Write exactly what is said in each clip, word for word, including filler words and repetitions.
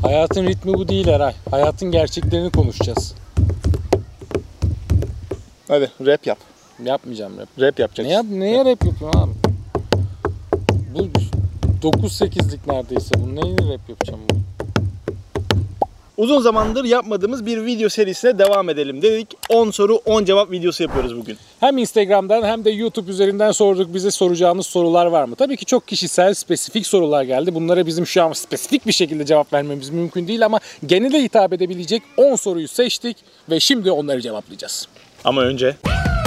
Hayatın ritmi bu değil Eray. Hayatın gerçeklerini konuşacağız. Hadi rap yap. Yapmayacağım rap. Rap yapacaksın. Ne yap, neye rap yapıyorsun abi? Bu dokuz sekizlik neredeyse bu. Neyi rap yapacağım bu? Uzun zamandır yapmadığımız bir video serisine devam edelim dedik. on soru on cevap videosu yapıyoruz bugün. Hem Instagram'dan hem de YouTube üzerinden sorduk, bize soracağınız sorular var mı? Tabii ki çok kişisel, spesifik sorular geldi. Bunlara bizim şu an spesifik bir şekilde cevap vermemiz mümkün değil ama genele hitap edebilecek on soruyu seçtik ve şimdi onları cevaplayacağız. Ama önce...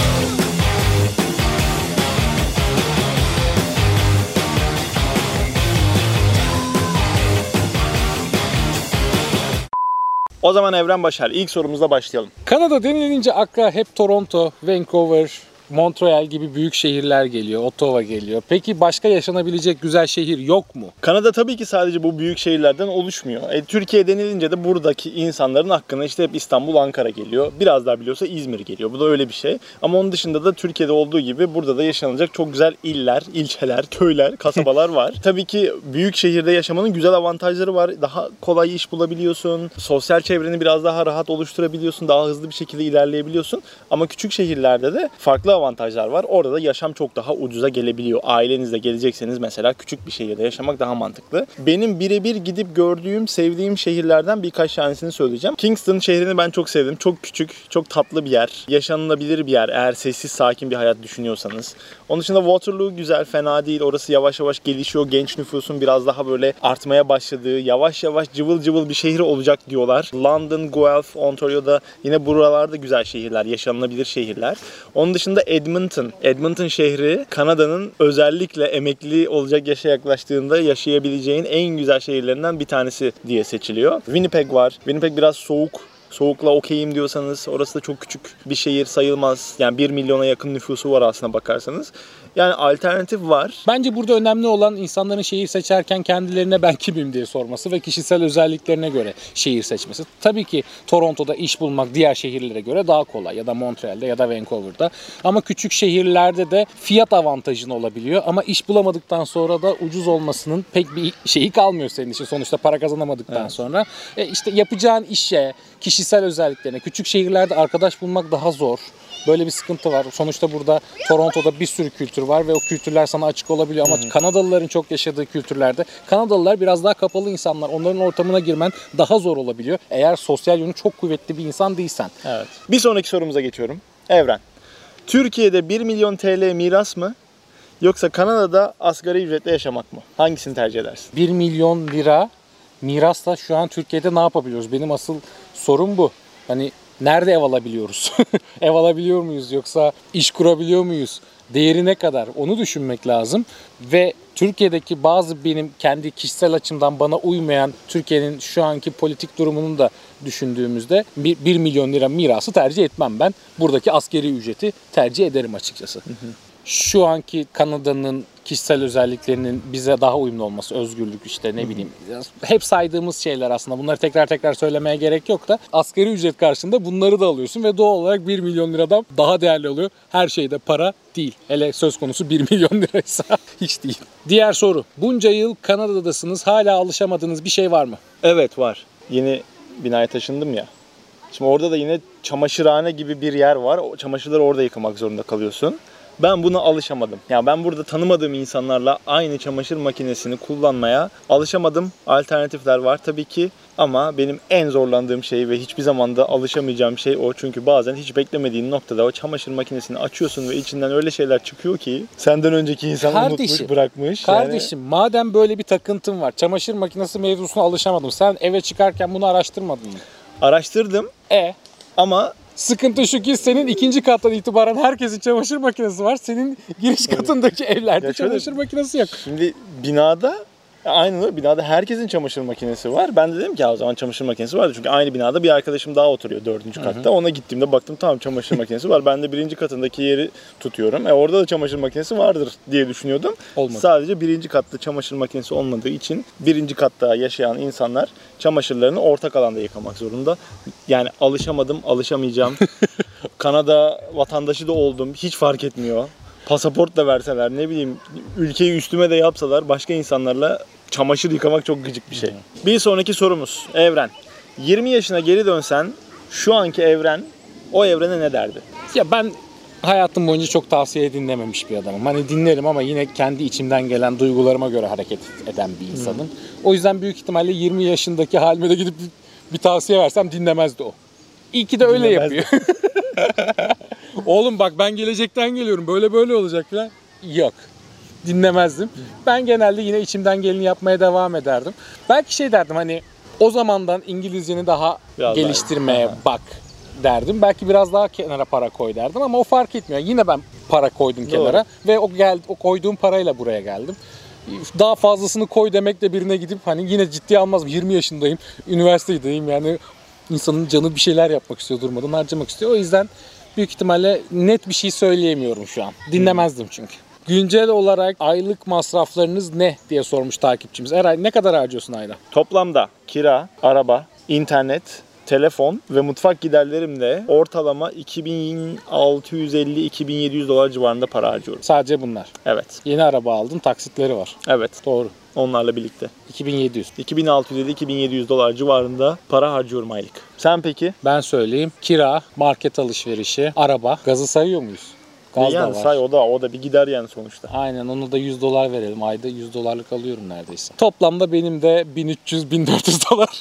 O zaman Evren Başar, ilk sorumuzla başlayalım. Kanada denilince akla hep Toronto, Vancouver, Montreal gibi büyük şehirler geliyor, Ottawa geliyor. Peki başka yaşanabilecek güzel şehir yok mu? Kanada tabii ki sadece bu büyük şehirlerden oluşmuyor. E, Türkiye denilince de buradaki insanların hakkında işte hep İstanbul, Ankara geliyor. Biraz daha biliyorsa İzmir geliyor. Bu da öyle bir şey. Ama onun dışında da Türkiye'de olduğu gibi burada da yaşanacak çok güzel iller, ilçeler, köyler, kasabalar var. Tabii ki büyük şehirde yaşamanın güzel avantajları var. Daha kolay iş bulabiliyorsun. Sosyal çevreni biraz daha rahat oluşturabiliyorsun. Daha hızlı bir şekilde ilerleyebiliyorsun. Ama küçük şehirlerde de farklı avantajlar var. Orada da yaşam çok daha ucuza gelebiliyor. Ailenizle gelecekseniz mesela küçük bir şehirde yaşamak daha mantıklı. Benim birebir gidip gördüğüm, sevdiğim şehirlerden birkaç tanesini söyleyeceğim. Kingston şehrini ben çok sevdim. Çok küçük, çok tatlı bir yer. Yaşanılabilir bir yer eğer sessiz, sakin bir hayat düşünüyorsanız. Onun dışında Waterloo güzel, fena değil. Orası yavaş yavaş gelişiyor. Genç nüfusun biraz daha böyle artmaya başladığı, yavaş yavaş cıvıl cıvıl bir şehir olacak diyorlar. London, Guelph, Ontario'da yine buralarda güzel şehirler, yaşanılabilir şehirler. Onun dışında Edmonton. Edmonton şehri Kanada'nın özellikle emekli olacak yaşa yaklaştığında yaşayabileceğin en güzel şehirlerinden bir tanesi diye seçiliyor. Winnipeg var. Winnipeg biraz soğuk. Soğukla okeyim diyorsanız orası da çok küçük bir şehir sayılmaz. Yani bir milyona yakın nüfusu var aslına bakarsanız. Yani alternatif var. Bence burada önemli olan insanların şehir seçerken kendilerine ben kimim diye sorması ve kişisel özelliklerine göre şehir seçmesi. Tabii ki Toronto'da iş bulmak diğer şehirlere göre daha kolay ya da Montreal'de ya da Vancouver'da. Ama küçük şehirlerde de fiyat avantajın olabiliyor. Ama iş bulamadıktan sonra da ucuz olmasının pek bir şeyi kalmıyor senin için. Sonuçta para kazanamadıktan evet. sonra. E işte yapacağın işe, kişisel özelliklerine, küçük şehirlerde arkadaş bulmak daha zor. Böyle bir sıkıntı var. Sonuçta burada Toronto'da bir sürü kültür var ve o kültürler sana açık olabiliyor. Ama Hı-hı. Kanadalıların çok yaşadığı kültürlerde Kanadalılar biraz daha kapalı insanlar. Onların ortamına girmen daha zor olabiliyor. Eğer sosyal yönü çok kuvvetli bir insan değilsen. Evet. Bir sonraki sorumuza geçiyorum. Evren. Türkiye'de bir milyon T L miras mı? Yoksa Kanada'da asgari ücretle yaşamak mı? Hangisini tercih edersin? bir milyon lira mirasla şu an Türkiye'de ne yapabiliyoruz? Benim asıl sorum bu. Hani nerede ev alabiliyoruz? Ev alabiliyor muyuz yoksa iş kurabiliyor muyuz? Değeri ne kadar? Onu düşünmek lazım. Ve Türkiye'deki bazı benim kendi kişisel açımdan bana uymayan Türkiye'nin şu anki politik durumunu da düşündüğümüzde bir milyon lira mirası tercih etmem ben. Buradaki askeri ücreti tercih ederim açıkçası. Hı hı. Şu anki Kanada'nın kişisel özelliklerinin bize daha uyumlu olması, özgürlük işte ne bileyim. Hep saydığımız şeyler aslında. Bunları tekrar tekrar söylemeye gerek yok da asgari ücret karşında bunları da alıyorsun ve doğal olarak bir milyon liradan daha değerli oluyor. Her şeyde para değil. Hele söz konusu bir milyon liraysa hiç değil. Diğer soru. Bunca yıl Kanada'dasınız. Hala alışamadığınız bir şey var mı? Evet var. Yeni binaya taşındım ya. Şimdi orada da yine çamaşırhane gibi bir yer var. O çamaşırları orada yıkamak zorunda kalıyorsun. Ben buna alışamadım. Yani ben burada tanımadığım insanlarla aynı çamaşır makinesini kullanmaya alışamadım. Alternatifler var tabii ki. Ama benim en zorlandığım şey ve hiçbir zaman da alışamayacağım şey o. Çünkü bazen hiç beklemediğin noktada o çamaşır makinesini açıyorsun ve içinden öyle şeyler çıkıyor ki senden önceki insan kardeşim, unutmuş, bırakmış. Kardeşim yani... madem böyle bir takıntın var, çamaşır makinesi mevzusuna alışamadım. Sen eve çıkarken bunu araştırmadın mı? Araştırdım. E? Ama... Sıkıntı şu ki senin ikinci kattan itibaren herkesin çamaşır makinesi var. Senin giriş katındaki evlerde ya çamaşır şöyle, makinesi yok. Şimdi binada aynı öyle binada herkesin çamaşır makinesi var. Ben de dedim ki o zaman çamaşır makinesi vardı. Çünkü aynı binada bir arkadaşım daha oturuyor dördüncü katta. Hı hı. Ona gittiğimde baktım tamam çamaşır makinesi var. Ben de birinci katındaki yeri tutuyorum. E orada da çamaşır makinesi vardır diye düşünüyordum. Olmadı. Sadece birinci katta çamaşır makinesi olmadığı için birinci katta yaşayan insanlar çamaşırlarını ortak alanda yıkamak zorunda. Yani alışamadım, alışamayacağım. Kanada vatandaşı da oldum. Hiç fark etmiyor. pasaport da verseler, ne bileyim ülkeyi üstüme de yapsalar, başka insanlarla çamaşır yıkamak çok gıcık bir şey. Bir sonraki sorumuz Evren. yirmi yaşına geri dönsen şu anki Evren o Evren'e ne derdi? Ya ben hayatım boyunca çok tavsiye dinlememiş bir adamım. Hani dinlerim ama yine kendi içimden gelen duygularıma göre hareket eden bir insanım. Hmm. O yüzden büyük ihtimalle yirmi yaşındaki halime de gidip bir, bir tavsiye versem dinlemezdi o. İyi ki de öyle yapıyor. Oğlum bak ben gelecekten geliyorum. Böyle böyle olacak falan. Yok. Dinlemezdim. Ben genelde yine içimden geleni yapmaya devam ederdim. Belki şey derdim hani o zamandan İngilizceni daha biraz geliştirmeye daha. bak derdim. Belki biraz daha kenara para koy derdim ama o fark etmiyor. Yine ben para koydum Doğru. kenara ve o geldi o koyduğum parayla buraya geldim. Daha fazlasını koy demek de birine gidip hani yine ciddiye almaz. yirmi yaşındayım, üniversitedeyim yani insanın canı bir şeyler yapmak istiyor, durmadan harcamak istiyor. O yüzden büyük ihtimalle net bir şey söyleyemiyorum şu an. Dinlemezdim çünkü. Güncel olarak aylık masraflarınız ne diye sormuş takipçimiz. Eray ne kadar harcıyorsun ayda? Toplamda kira, araba, internet, telefon ve mutfak giderlerimle ortalama iki bin altı yüz elli iki bin yedi yüz dolar civarında para harcıyorum. Sadece bunlar? Evet. Yeni araba aldın, taksitleri var. Evet. Doğru. Onlarla birlikte. iki bin yedi yüz. iki bin altı yüz elli iki bin yedi yüz dolar civarında para harcıyorum aylık. Sen peki? Ben söyleyeyim. Kira, market alışverişi, araba. Gazı sayıyor muyuz? Gaz yani da var. Say o da o da bir gider yani sonuçta. Aynen onu da yüz dolar verelim. Ayda yüz dolarlık alıyorum neredeyse. Toplamda benim de bin üç yüz bin dört yüz dolar.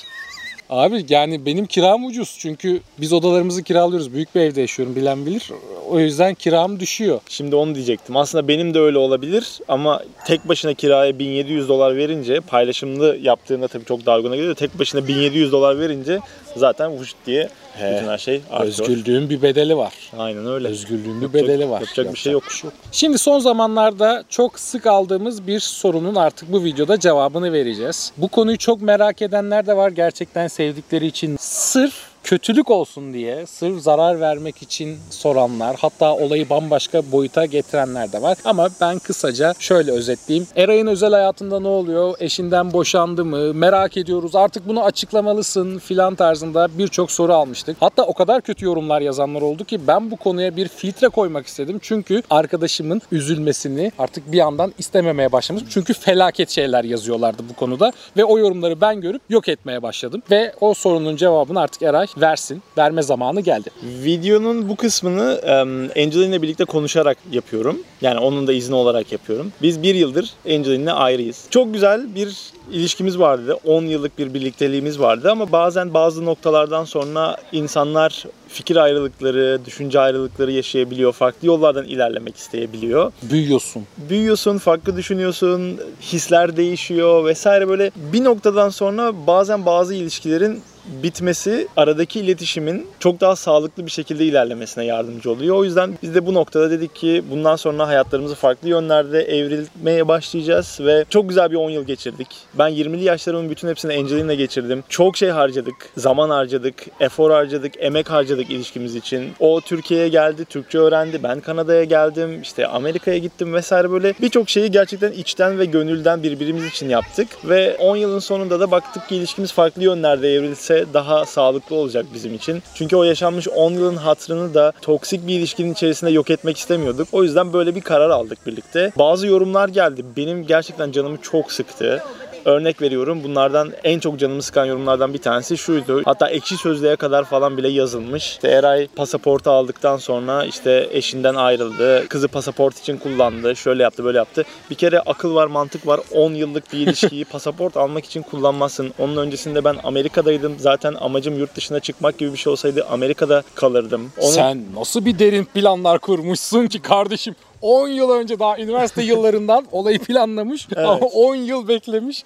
Abi yani benim kiram ucuz çünkü biz odalarımızı kiralıyoruz. Büyük bir evde yaşıyorum bilen bilir. O yüzden kiram düşüyor. Şimdi onu diyecektim. Aslında benim de öyle olabilir ama tek başına kiraya bin yedi yüz dolar verince paylaşımlı yaptığında tabii çok daha uyguna geliyor. Tek başına bin yedi yüz dolar verince zaten vuşt diye He, bütün her şey artıyor. Özgürlüğün bir bedeli var. Aynen öyle. Özgürlüğün bir bedeli var. Yapacak, yapacak bir şey yok. Şimdi son zamanlarda çok sık aldığımız bir sorunun artık bu videoda cevabını vereceğiz. Bu konuyu çok merak edenler de var. Gerçekten sevdikleri için sırf kötülük olsun diye, sırf zarar vermek için soranlar, hatta olayı bambaşka boyuta getirenler de var. Ama ben kısaca şöyle özetleyeyim. Eray'ın özel hayatında ne oluyor? Eşinden boşandı mı? Merak ediyoruz. Artık bunu açıklamalısın filan tarzında birçok soru almıştık. Hatta o kadar kötü yorumlar yazanlar oldu ki ben bu konuya bir filtre koymak istedim. Çünkü arkadaşımın üzülmesini artık bir yandan istememeye başlamış. Çünkü felaket şeyler yazıyorlardı bu konuda ve o yorumları ben görüp yok etmeye başladım. Ve o sorunun cevabını artık Eray versin. Verme zamanı geldi. Videonun bu kısmını Angeline birlikte konuşarak yapıyorum. Yani onun da izni olarak yapıyorum. Biz bir yıldır Angeline'le ayrıyız. Çok güzel bir ilişkimiz vardı. on yıllık bir birlikteliğimiz vardı ama bazen bazı noktalardan sonra insanlar fikir ayrılıkları, düşünce ayrılıkları yaşayabiliyor. Farklı yollardan ilerlemek isteyebiliyor. Büyüyorsun. Büyüyorsun, farklı düşünüyorsun, hisler değişiyor vesaire böyle. Bir noktadan sonra bazen bazı ilişkilerin bitmesi aradaki iletişimin çok daha sağlıklı bir şekilde ilerlemesine yardımcı oluyor. O yüzden biz de bu noktada dedik ki bundan sonra hayatlarımızı farklı yönlerde evrilmeye başlayacağız ve çok güzel bir on yıl geçirdik. Ben yirmili yaşlarımın bütün hepsini Angeline'le geçirdim. Çok şey harcadık, zaman harcadık, efor harcadık, emek harcadık ilişkimiz için. O Türkiye'ye geldi, Türkçe öğrendi. Ben Kanada'ya geldim, işte Amerika'ya gittim vesaire böyle birçok şeyi gerçekten içten ve gönülden birbirimiz için yaptık ve on yılın sonunda da baktık ki ilişkimiz farklı yönlerde evrilse daha sağlıklı olacak bizim için. Çünkü o yaşanmış on yılın hatırını da toksik bir ilişkinin içerisinde yok etmek istemiyorduk. O yüzden böyle bir karar aldık birlikte. Bazı yorumlar geldi. Benim gerçekten canımı çok sıktı. Örnek veriyorum. Bunlardan en çok canımı sıkan yorumlardan bir tanesi şuydu. Hatta Ekşi Sözlüğe kadar falan bile yazılmış. İşte Eray pasaportu aldıktan sonra işte eşinden ayrıldı. Kızı pasaport için kullandı. Şöyle yaptı, böyle yaptı. Bir kere akıl var, mantık var. on yıllık bir ilişkiyi pasaport almak için kullanmazsın. Onun öncesinde ben Amerika'daydım. Zaten amacım yurt dışına çıkmak gibi bir şey olsaydı Amerika'da kalırdım. Onun... Sen nasıl bir derin planlar kurmuşsun ki kardeşim? on yıl önce daha üniversite yıllarından olayı planlamış Evet. ama on yıl beklemiş.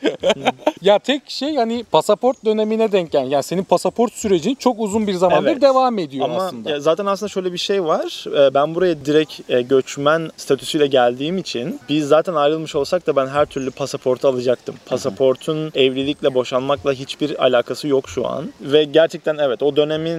Ya tek şey hani pasaport dönemine denk gel. Yani senin pasaport sürecin çok uzun bir zamandır Evet. devam ediyor Ama aslında. ya zaten aslında şöyle bir şey var. Ben buraya direkt göçmen statüsüyle geldiğim için biz zaten ayrılmış olsak da ben her türlü pasaportu alacaktım. Pasaportun evlilikle, boşanmakla hiçbir alakası yok şu an. Ve gerçekten evet o dönemin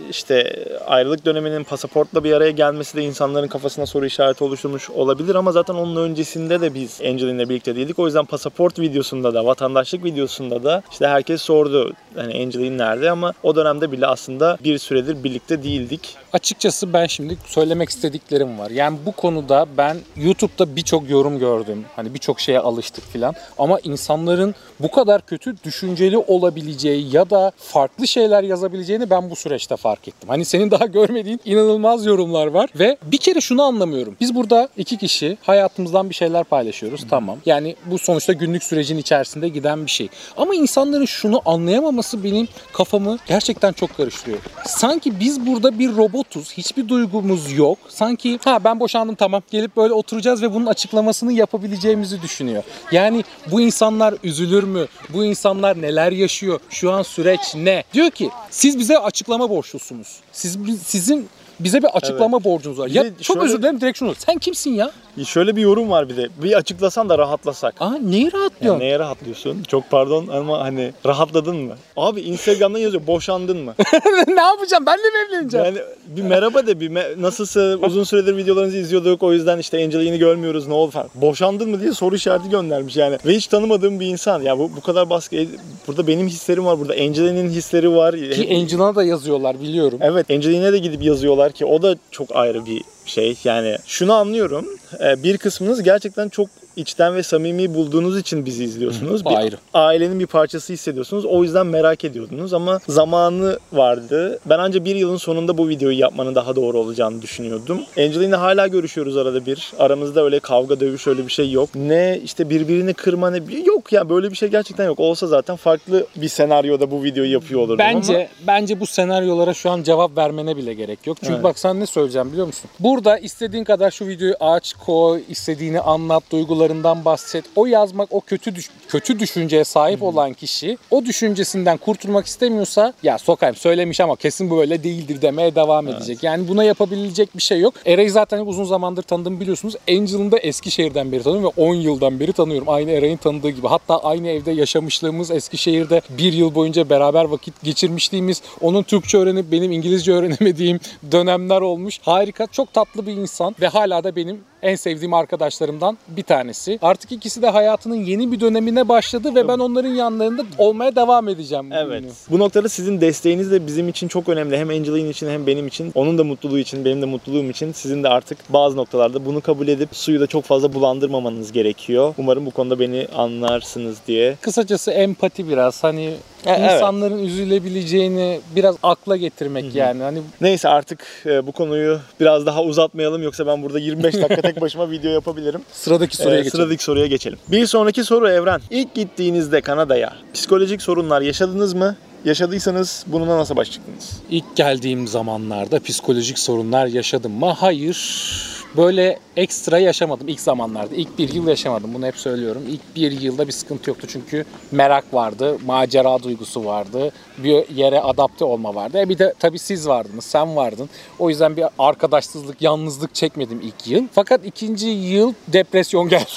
işte ayrılık döneminin pasaportla bir araya gelmesi de insanların kafasına soru işareti oluşturmuş olabilir ama zaten onun öncesinde de biz Angelina'yla birlikte değildik. O yüzden pasaport videosunda da, vatandaşlık videosunda da işte herkes sordu hani Angelina nerede, ama o dönemde bile aslında bir süredir birlikte değildik. Açıkçası ben şimdi söylemek istediklerim var. Yani bu konuda ben YouTube'da birçok yorum gördüm. Hani birçok şeye alıştık filan. Ama insanların bu kadar kötü düşünceli olabileceği ya da farklı şeyler yazabileceğini ben bu süreçte fark ettim. Hani senin daha görmediğin inanılmaz yorumlar var ve bir kere şunu anlamıyorum. Biz burada iki kişi hayatımızdan bir şeyler paylaşıyoruz. Hmm. Tamam. Yani bu sonuçta günlük sürecin içerisinde giden bir şey. Ama insanların şunu anlayamaması benim kafamı gerçekten çok karıştırıyor. Sanki biz burada bir robotuz. Hiçbir duygumuz yok. Sanki ha ben boşandım tamam gelip böyle oturacağız ve bunun açıklamasını yapabileceğimizi düşünüyor. Yani bu insanlar üzülür mü? Bu insanlar neler yaşıyor? Şu an süreç ne? Diyor ki siz bize açıklama borçlusunuz. Siz sizin bize bir açıklama evet. borcunuz var. Bir ya çok şöyle, özür dilerim direkt şunu. Sen kimsin ya? Şöyle bir yorum var bir de. Bir açıklasan da rahatlasak. Aa neyi rahatlıyorsun? Yani neye rahatlıyorsun? Çok pardon ama hani rahatladın mı? Abi Instagram'dan yazıyor boşandın mı? Ne yapacağım? Ben de mi evleneceğim? Yani bir merhaba de bir me- nasılsa uzun süredir videolarınızı izliyorduk. O yüzden işte Angelina'yı görmüyoruz ne oldu falan. Boşandın mı diye soru işareti göndermiş yani. Ve hiç tanımadığım bir insan. Ya bu bu kadar baskı. Burada benim hislerim var. Burada Angelina'nın hisleri var. Ki Angelina da yazıyorlar biliyorum. Evet Angelina'ya da gidip yazıyorlar ki o da çok ayrı bir şey. Yani şunu anlıyorum. Bir kısmınız gerçekten çok içten ve samimi bulduğunuz için bizi izliyorsunuz. Bir ayrı. Ailenin bir parçası hissediyorsunuz. O yüzden merak ediyordunuz ama zamanı vardı. Ben ancak bir yılın sonunda bu videoyu yapmanın daha doğru olacağını düşünüyordum. Angelina hala görüşüyoruz arada bir. Aramızda öyle kavga dövüş öyle bir şey yok. Ne işte birbirini kırma ne yok ya yani böyle bir şey gerçekten yok. Olsa zaten farklı bir senaryoda bu videoyu yapıyor olurdum bence, ama. Bence bu senaryolara şu an cevap vermene bile gerek yok. Çünkü evet. Bak sen ne söyleyeceğim biliyor musun? Burada istediğin kadar şu videoyu aç, koy, istediğini anlat, duygularından bahset. O yazmak, o kötü düş- kötü düşünceye sahip hmm. olan kişi o düşüncesinden kurtulmak istemiyorsa ya sokayım söylemiş ama kesin böyle değildir demeye devam edecek. Evet. Yani buna yapabilecek bir şey yok. Eray'ı zaten uzun zamandır tanıdığımı biliyorsunuz. Angel'ını da Eskişehir'den beri tanıyorum ve on yıldan beri tanıyorum. Aynı Eray'ın tanıdığı gibi. Hatta aynı evde yaşamışlığımız, Eskişehir'de bir yıl boyunca beraber vakit geçirmişliğimiz, onun Türkçe öğrenip benim İngilizce öğrenemediğim dönemler olmuş. Harika, çok tatlı bir insan ve hala da benim en sevdiğim arkadaşlarımdan bir tanesi. Artık ikisi de hayatının yeni bir dönemine başladı ve ben onların yanlarında olmaya devam edeceğim. Evet. Bu noktada sizin desteğiniz de bizim için çok önemli. Hem Angelina için hem benim için. Onun da mutluluğu için, benim de mutluluğum için. Sizin de artık bazı noktalarda bunu kabul edip suyu da çok fazla bulandırmamanız gerekiyor. Umarım bu konuda beni anlarsınız diye. Kısacası empati biraz. Hani evet. insanların üzülebileceğini biraz akla getirmek Hı-hı. yani. Hani neyse artık bu konuyu biraz daha uzatmayalım yoksa ben burada yirmi beş dakika tek başıma video yapabilirim. Sıradaki soruya ee, geçelim. Sıradaki soruya geçelim. Bir sonraki soru Evren. İlk gittiğinizde Kanada'ya psikolojik sorunlar yaşadınız mı? Yaşadıysanız bununla nasıl baş çıktınız? İlk geldiğim zamanlarda psikolojik sorunlar yaşadım mı? Hayır. Böyle ekstra yaşamadım ilk zamanlarda. İlk bir yıl yaşamadım. Bunu hep söylüyorum. İlk bir yılda bir sıkıntı yoktu. Çünkü merak vardı. Macera duygusu vardı. Bir yere adapte olma vardı. E bir de tabii siz vardınız. Sen vardın. O yüzden bir arkadaşsızlık, yalnızlık çekmedim ilk yıl. Fakat ikinci yıl depresyon geldi.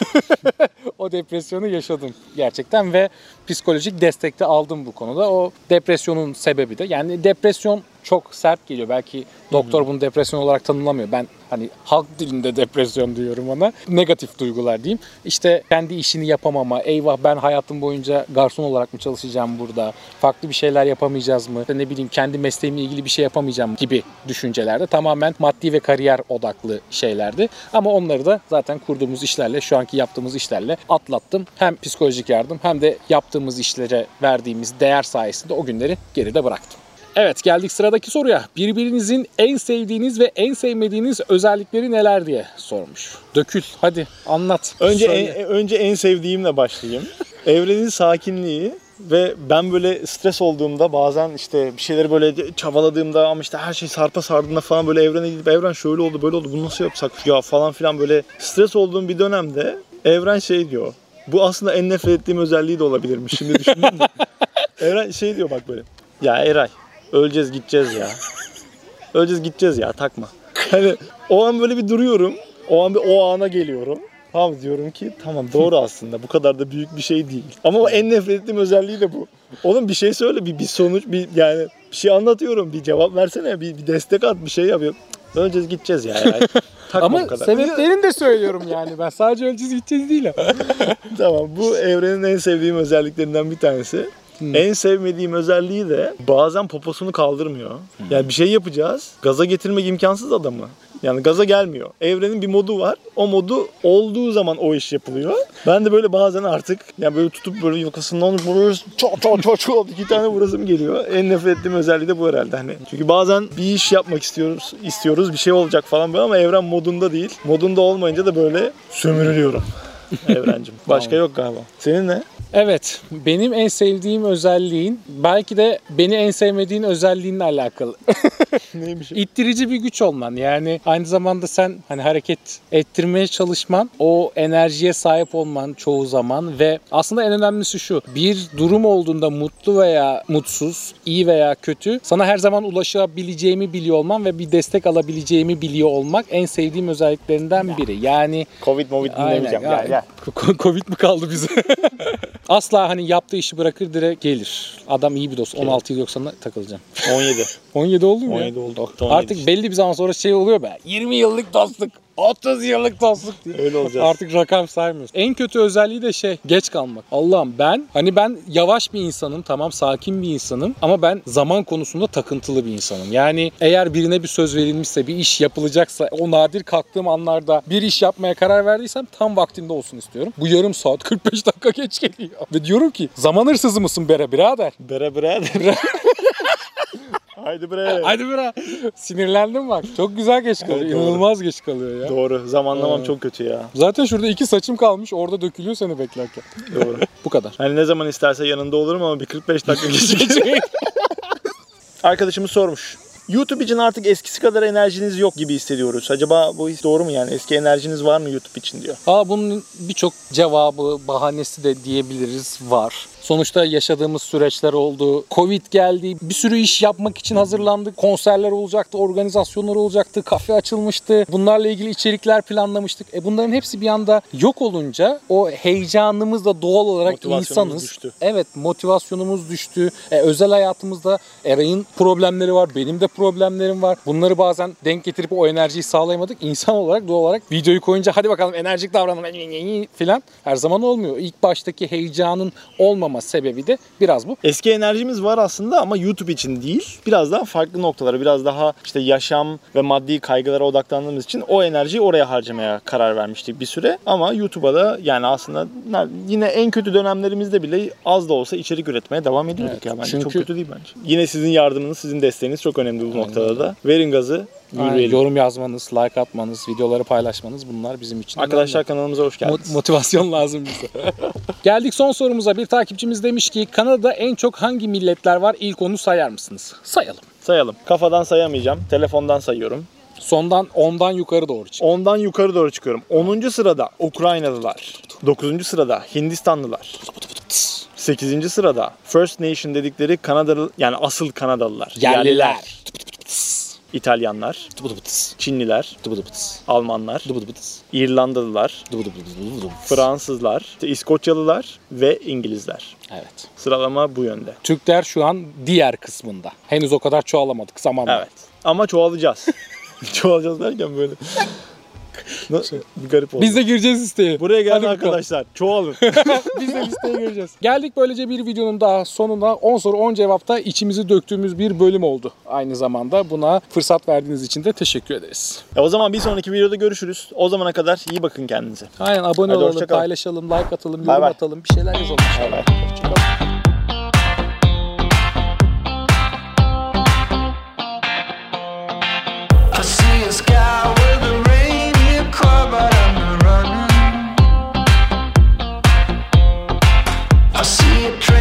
O depresyonu yaşadım gerçekten ve psikolojik destek de aldım bu konuda. O depresyonun sebebi de yani depresyon çok sert geliyor. Belki doktor bunu depresyon olarak tanımlamıyor. Ben hani halk dilinde depresyon diyorum ona. Negatif duygular diyeyim. İşte kendi işini yapamama, eyvah ben hayatım boyunca garson olarak mı çalışacağım burada? Farklı bir şeyler yapamayacağız mı? Ne bileyim kendi mesleğimle ilgili bir şey yapamayacağım gibi düşüncelerde. Tamamen maddi ve kariyer odaklı şeylerdi. Ama onları da zaten kurduğumuz işlerle, şu anki yaptığımız işlerle atlattım. Hem psikolojik yardım hem de yaptığımız işlere verdiğimiz değer sayesinde o günleri geride bıraktım. Evet geldik sıradaki soruya. Birbirinizin en sevdiğiniz ve en sevmediğiniz özellikleri neler diye sormuş. Dökül hadi anlat. Önce en, önce en sevdiğimle başlayayım. Evrenin sakinliği ve ben böyle stres olduğumda bazen işte bir şeyleri böyle çabaladığımda ama işte her şey sarpa sardığında falan böyle evrene gidip evren şöyle oldu böyle oldu bunu nasıl yapsak ya falan filan böyle stres olduğum bir dönemde evren şey diyor. Bu aslında en nefret ettiğim özelliği de olabilirmiş. Şimdi düşündüm de. Evren şey diyor bak böyle. Ya Eray öleceğiz gideceğiz ya. Öleceğiz gideceğiz ya takma. Hani o an böyle bir duruyorum. O an bir o ana geliyorum. Abi diyorum ki tamam doğru aslında bu kadar da büyük bir şey değil. Ama o en nefret ettiğim özelliği de bu. Oğlum bir şey söyle, bir, bir sonuç, bir yani bir şey anlatıyorum, bir cevap versene, bir, bir destek at, bir şey yapıyor. Öleceğiz gideceğiz ya. Yani. Ama sebeplerini de söylüyorum yani. Ben sadece öleceğiz gideceğiz değil. Tamam, bu evrenin en sevdiğim özelliklerinden bir tanesi. Hmm. En sevmediğim özelliği de bazen poposunu kaldırmıyor. Hmm. Yani bir şey yapacağız. Gaza getirmek imkansız adamı. Yani gaza gelmiyor. Evrenin bir modu var. O modu olduğu zaman o iş yapılıyor. Ben de böyle bazen artık yani böyle tutup böyle yakasından böyle çok çok çok çok iki tane vurasım geliyor. En nefret ettiğim özelliği de bu herhalde hani. Çünkü bazen bir iş yapmak istiyoruz, istiyoruz bir şey olacak falan böyle ama evren modunda değil. Modunda olmayınca da böyle sömürülüyorum. Evrencim. Başka yok galiba. Senin ne? Evet, benim en sevdiğim özelliğin belki de beni en sevmediğin özelliğinle alakalı. Neymiş o? İttirici bir güç olman. Yani aynı zamanda sen hani hareket ettirmeye çalışman, o enerjiye sahip olman çoğu zaman ve aslında en önemlisi şu. Bir durum olduğunda mutlu veya mutsuz, iyi veya kötü sana her zaman ulaşabileceğimi biliyor olman ve bir destek alabileceğimi biliyor olmak en sevdiğim özelliklerinden biri. Yani Covid Covid dinlemeyeceğim. Gel gel. Covid mi kaldı bize? Asla hani yaptığı işi bırakır direkt gelir. Adam iyi bir dost. on altı yıl yoksa takılacağım. on yedi. on yedi oldu mu on ya? yedi oldu. Artık işte. Belli bir zaman sonra şey oluyor be. yirmi yıllık dostluk. otuz yıllık dostluk diye. Öyle olacağız. Artık rakam saymıyoruz. En kötü özelliği de şey, geç kalmak. Allah'ım ben hani ben yavaş bir insanım, tamam sakin bir insanım ama ben zaman konusunda takıntılı bir insanım. Yani eğer birine bir söz verilmişse, bir iş yapılacaksa o nadir kalktığım anlarda bir iş yapmaya karar verdiysem tam vaktinde olsun istiyorum. Bu yarım saat kırk beş dakika geç geliyor. Ve diyorum ki zaman hırsızı mısın bere birader? Bere birader. Haydi bre. Haydi bre. Sinirlendim bak. Çok güzel geç kalıyor. Evet, İnanılmaz geç kalıyor ya. Doğru. Zamanlamam ee, çok kötü ya. Zaten şurada iki saçım kalmış. Orada dökülüyor seni beklerken. Doğru. Bu kadar. Hani ne zaman isterse yanında olurum ama bir kırk beş dakika geçecek. Arkadaşımız sormuş. YouTube için artık eskisi kadar enerjiniz yok gibi hissediyoruz. Acaba bu his doğru mu yani? Eski enerjiniz var mı YouTube için diyor. Aa, bunun birçok cevabı, bahanesi de diyebiliriz var. Sonuçta yaşadığımız süreçler oldu. Covid geldi. Bir sürü iş yapmak için hazırlandık. Konserler olacaktı, organizasyonlar olacaktı, kafe açılmıştı. Bunlarla ilgili içerikler planlamıştık. E bunların hepsi bir anda yok olunca o heyecanımız da doğal olarak insanız. Düştü. Evet, motivasyonumuz düştü. E, özel hayatımızda Eray'ın problemleri var, benim de problemlerim var. Bunları bazen denk getirip o enerjiyi sağlayamadık. İnsan olarak doğal olarak videoyu koyunca hadi bakalım enerjik davranalım falan her zaman olmuyor. İlk baştaki heyecanın olmaması sebebi de biraz bu. Eski enerjimiz var aslında ama YouTube için değil. Biraz daha farklı noktalara, biraz daha işte yaşam ve maddi kaygılara odaklandığımız için o enerjiyi oraya harcamaya karar vermiştik bir süre. Ama YouTube'a da yani aslında yine en kötü dönemlerimizde bile az da olsa içerik üretmeye devam ediyorduk evet, ya bence. Çünkü... Çok kötü değil bence. Yine sizin yardımınız, sizin desteğiniz çok önemli bu Aynen. noktada da. Verin gazı. Aynen, yorum yazmanız, like atmanız, videoları paylaşmanız bunlar bizim için Arkadaşlar önemli. Kanalımıza hoş geldiniz. Motivasyon lazım bize. Geldik son sorumuza. Bir takipçimiz demiş ki Kanada'da en çok hangi milletler var? İlk onu sayar mısınız? Sayalım. Sayalım. Kafadan sayamayacağım. Telefondan sayıyorum. Sondan ondan yukarı doğru çık. Ondan yukarı doğru çıkıyorum. onuncu sırada Ukraynalılar. dokuzuncu sırada Hindistanlılar. sekizinci sırada First Nation dedikleri Kanadalı yani asıl Kanadalılar. Yerliler. Yerliler. İtalyanlar, Çinliler, Almanlar, İrlandalılar, Fransızlar, İskoçyalılar ve İngilizler. Evet. Sıralama bu yönde. Türkler şu an diğer kısmında. Henüz o kadar çoğalamadık zamanla. Evet. Ama çoğalacağız. Çoğalacağız derken böyle. Bir garip oldu. Biz de gireceğiz listeye. Buraya gelen arkadaşlar çoğalın. Biz de listeye gireceğiz. Geldik böylece bir videonun daha sonuna. on soru on cevapta içimizi döktüğümüz bir bölüm oldu. Aynı zamanda buna fırsat verdiğiniz için de teşekkür ederiz. E o zaman bir sonraki videoda görüşürüz. O zamana kadar iyi bakın kendinize. Aynen abone Hadi olalım, paylaşalım, like atalım, yorum bye atalım, bir şeyler yazalım. Bye bye. Hoşçakalın. I see it.